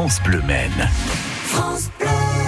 France Bleu Maine. France Bleu.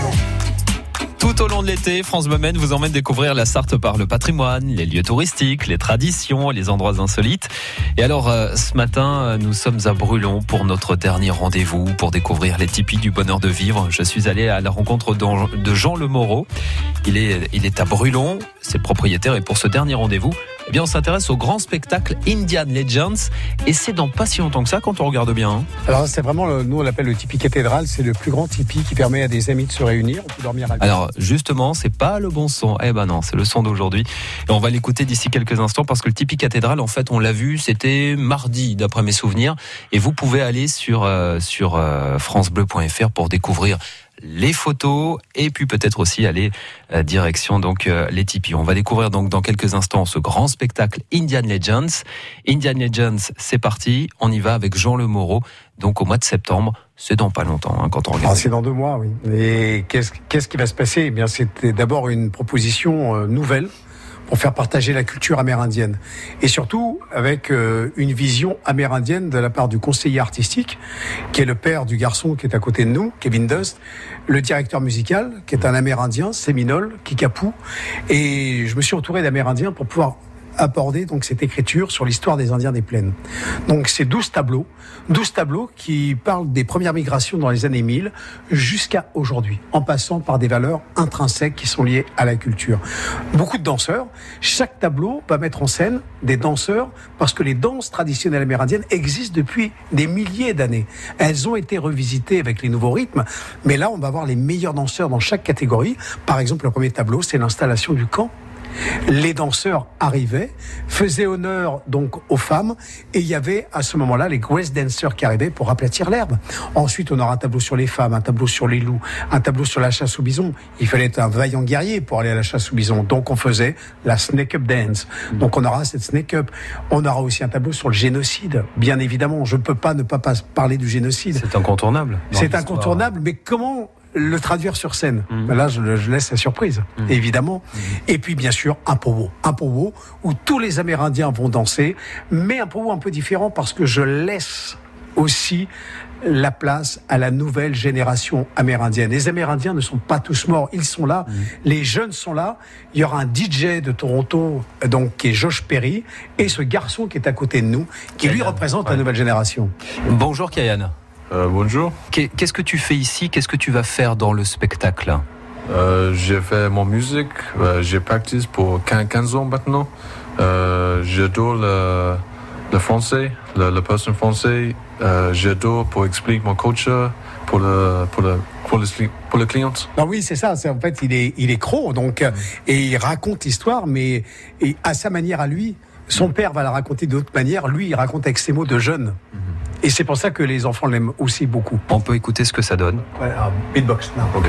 Tout au long de l'été, France Bleu Maine vous emmène découvrir la Sarthe par le patrimoine, les lieux touristiques, les traditions, les endroits insolites. Et alors, ce matin, nous sommes à Brulon pour notre dernier rendez-vous pour découvrir les tipis du bonheur de vivre. Je suis allé à la rencontre de Jean Le Moreau. Il est à Brulon, c'est le propriétaire. Et pour ce dernier rendez-vous, eh bien, on s'intéresse au grand spectacle Indian Legends. Et c'est dans pas si longtemps que ça quand on regarde bien. Hein. Alors, c'est vraiment, nous on l'appelle le tipi cathédrale. C'est le plus grand tipi qui permet à des amis de se réunir. On peut dormir à Alors, justement, c'est pas le bon son. Eh ben non, c'est le son d'aujourd'hui. Et on va l'écouter d'ici quelques instants parce que le tipi cathédrale, en fait, on l'a vu, c'était mardi, d'après mes souvenirs. Et vous pouvez aller sur francebleu.fr pour découvrir les photos et puis peut-être aussi aller direction donc les tipis. On va découvrir donc dans quelques instants ce grand spectacle Indian Legends. Indian Legends, c'est parti. On y va avec Jean Le Moreau. Donc au mois de septembre, c'est dans pas longtemps quand on regarde. C'est dans 2 mois, oui. Et qu'est-ce qui va se passer ? Eh bien, c'était d'abord une proposition nouvelle pour faire partager la culture amérindienne. Et surtout, avec une vision amérindienne de la part du conseiller artistique, qui est le père du garçon qui est à côté de nous, Kevin Dust, le directeur musical, qui est un Amérindien, Séminole, Kikapou. Et je me suis entouré d'Amérindiens pour pouvoir aborder donc cette écriture sur l'histoire des Indiens des plaines. Donc c'est 12 tableaux qui parlent des premières migrations dans les années 1000 jusqu'à aujourd'hui, en passant par des valeurs intrinsèques qui sont liées à la culture. Beaucoup de danseurs. Chaque tableau va mettre en scène des danseurs parce que les danses traditionnelles amérindiennes existent depuis des milliers d'années. Elles ont été revisitées avec les nouveaux rythmes, mais là on va voir les meilleurs danseurs dans chaque catégorie. Par exemple, le premier tableau, c'est l'installation du camp. Les danseurs arrivaient, faisaient honneur donc aux femmes, et il y avait à ce moment-là les grace dancers qui arrivaient pour aplatir l'herbe. Ensuite, on aura un tableau sur les femmes, un tableau sur les loups, un tableau sur la chasse au bison. Il fallait être un vaillant guerrier pour aller à la chasse au bison. Donc on faisait la snake up dance. Donc on aura cette snake up. On aura aussi un tableau sur le génocide. Bien évidemment, je ne peux pas ne pas parler du génocide. C'est incontournable. C'est incontournable, mais comment le traduire sur scène? Là, je laisse la surprise, évidemment. Et puis, bien sûr, un powwow où tous les Amérindiens vont danser, mais un powwow un peu différent parce que je laisse aussi la place à la nouvelle génération amérindienne. Les Amérindiens ne sont pas tous morts, ils sont là, les jeunes sont là. Il y aura un DJ de Toronto, donc qui est Josh Perry, et ce garçon qui est à côté de nous, qui lui représente la nouvelle génération. Bonjour Kayan. Bonjour. Qu'est-ce que tu fais ici ? Qu'est-ce que tu vas faire dans le spectacle ? J'ai fait mon musique, j'ai pratiqué pour 15 ans maintenant. J'adore le français, la personne français. J'adore pour expliquer mon culture pour le client. Non, oui, c'est ça. En fait, il est croc, donc, et il raconte l'histoire, mais à sa manière à lui. Son père va la raconter d'autre manière. Lui, il raconte avec ses mots de jeune. Et c'est pour ça que les enfants l'aiment aussi beaucoup. On peut écouter ce que ça donne. Ouais, beatbox. Non. Ok.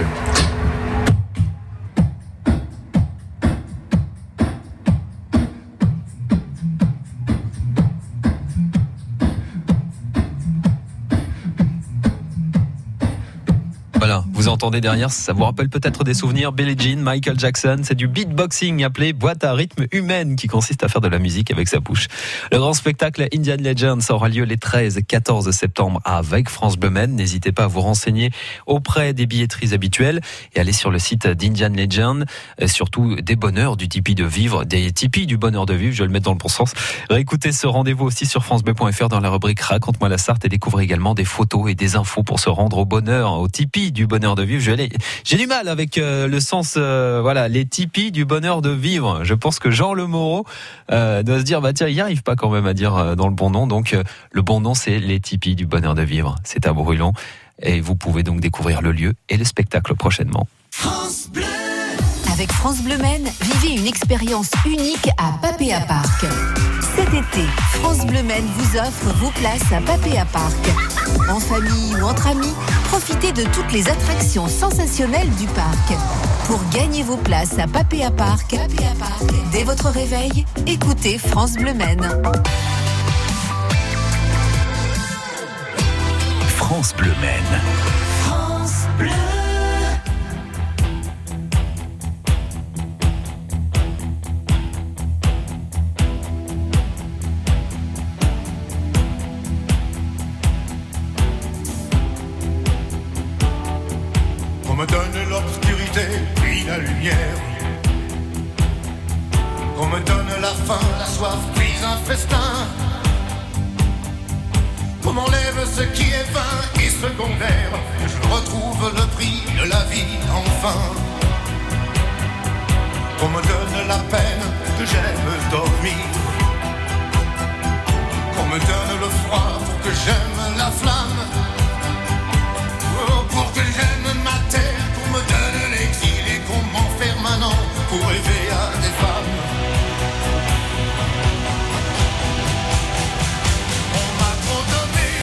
Voilà, vous entendez derrière, ça vous rappelle peut-être des souvenirs. Billie Jean, Michael Jackson, c'est du beatboxing appelé boîte à rythme humaine qui consiste à faire de la musique avec sa bouche. Le grand spectacle Indian Legends aura lieu les 13 et 14 septembre avec France Bleu Maine. N'hésitez pas à vous renseigner auprès des billetteries habituelles et aller sur le site d'Indian Legends, et surtout des bonheurs du tipi de vivre, des tipis du bonheur de vivre, je vais le mettre dans le bon sens. Réécoutez ce rendez-vous aussi sur francebleu.fr dans la rubrique Raconte-moi la Sarthe et découvrez également des photos et des infos pour se rendre au bonheur, au tipi du bonheur de vivre. J'ai du mal avec le sens, les tipis du bonheur de vivre. Je pense que Jean Le Moreau doit se dire, tiens, il n'y arrive pas quand même à dire dans le bon nom. Donc, le bon nom, c'est les tipis du bonheur de vivre. C'est à Brulon. Et vous pouvez donc découvrir le lieu et le spectacle prochainement. France Bleu. Avec France Bleu Maine, vivez une expérience unique à Papéa Park. Cet été, France Bleu Maine vous offre vos places à Papéa Park. En famille ou entre amis, profitez de toutes les attractions sensationnelles du parc. Pour gagner vos places à Papéa Park, dès votre réveil, écoutez France Bleu Maine. France Bleu Maine. France Bleu. Qu'on me donne l'obscurité puis la lumière. Qu'on me donne la faim, la soif puis un festin. Qu'on m'enlève ce qui est vain et secondaire. Que je retrouve le prix de la vie enfin. Qu'on me donne la peine que j'aime dormir. Qu'on me donne le froid pour que j'aime la flamme.